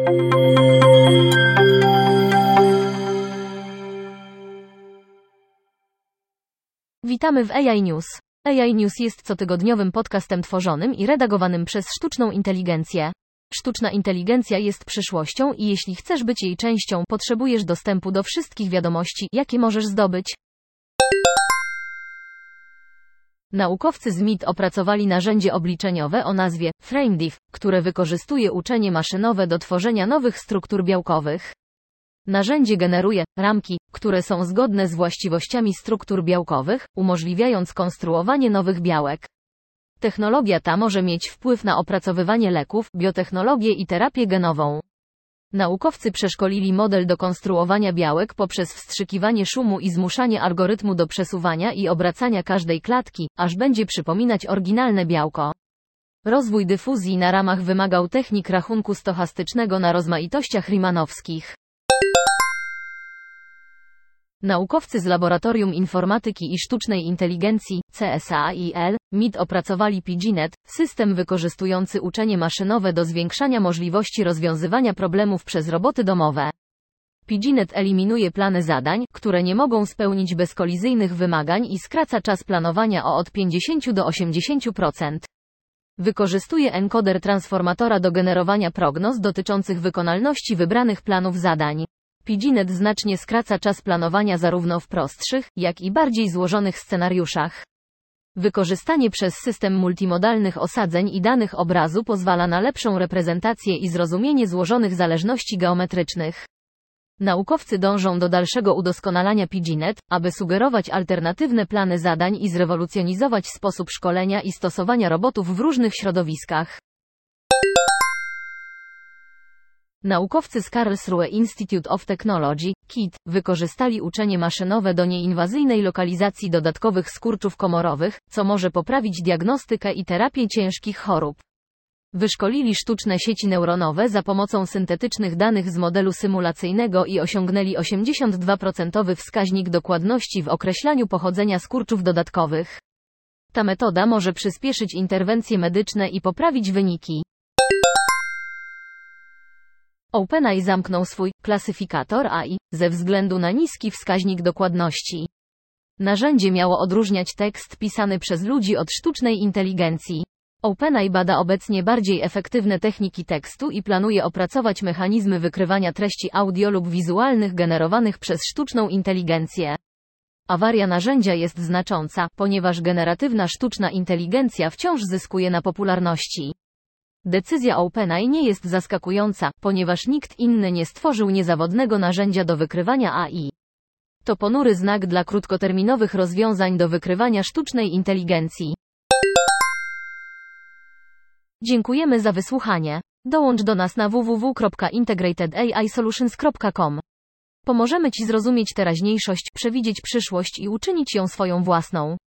Witamy w AI News. AI News jest cotygodniowym podcastem tworzonym i redagowanym przez sztuczną inteligencję. Sztuczna inteligencja jest przyszłością i jeśli chcesz być jej częścią, potrzebujesz dostępu do wszystkich wiadomości, jakie możesz zdobyć. Naukowcy z MIT opracowali narzędzie obliczeniowe o nazwie FrameDiff, które wykorzystuje uczenie maszynowe do tworzenia nowych struktur białkowych. Narzędzie generuje ramki, które są zgodne z właściwościami struktur białkowych, umożliwiając konstruowanie nowych białek. Technologia ta może mieć wpływ na opracowywanie leków, biotechnologię i terapię genową. Naukowcy przeszkolili model do konstruowania białek poprzez wstrzykiwanie szumu i zmuszanie algorytmu do przesuwania i obracania każdej klatki, aż będzie przypominać oryginalne białko. Rozwój dyfuzji na ramach wymagał technik rachunku stochastycznego na rozmaitościach Riemannowskich. Naukowcy z Laboratorium Informatyki i Sztucznej Inteligencji, CSAIL, MIT opracowali PGNet, system wykorzystujący uczenie maszynowe do zwiększania możliwości rozwiązywania problemów przez roboty domowe. PGNet eliminuje plany zadań, które nie mogą spełnić bezkolizyjnych wymagań i skraca czas planowania od 50 do 80%. Wykorzystuje encoder transformatora do generowania prognoz dotyczących wykonalności wybranych planów zadań. PGNet znacznie skraca czas planowania zarówno w prostszych, jak i bardziej złożonych scenariuszach. Wykorzystanie przez system multimodalnych osadzeń i danych obrazu pozwala na lepszą reprezentację i zrozumienie złożonych zależności geometrycznych. Naukowcy dążą do dalszego udoskonalania PGNet, aby sugerować alternatywne plany zadań i zrewolucjonizować sposób szkolenia i stosowania robotów w różnych środowiskach. Naukowcy z Karlsruhe Institute of Technology, KIT, wykorzystali uczenie maszynowe do nieinwazyjnej lokalizacji dodatkowych skurczów komorowych, co może poprawić diagnostykę i terapię ciężkich chorób. Wyszkolili sztuczne sieci neuronowe za pomocą syntetycznych danych z modelu symulacyjnego i osiągnęli 82% wskaźnik dokładności w określaniu pochodzenia skurczów dodatkowych. Ta metoda może przyspieszyć interwencje medyczne i poprawić wyniki. OpenAI zamknął swój klasyfikator AI ze względu na niski wskaźnik dokładności. Narzędzie miało odróżniać tekst pisany przez ludzi od sztucznej inteligencji. OpenAI bada obecnie bardziej efektywne techniki tekstu i planuje opracować mechanizmy wykrywania treści audio lub wizualnych generowanych przez sztuczną inteligencję. Awaria narzędzia jest znacząca, ponieważ generatywna sztuczna inteligencja wciąż zyskuje na popularności. Decyzja OpenAI nie jest zaskakująca, ponieważ nikt inny nie stworzył niezawodnego narzędzia do wykrywania AI. To ponury znak dla krótkoterminowych rozwiązań do wykrywania sztucznej inteligencji. Dziękujemy za wysłuchanie. Dołącz do nas na www.integratedAIsolutions.com. Pomożemy Ci zrozumieć teraźniejszość, przewidzieć przyszłość i uczynić ją swoją własną.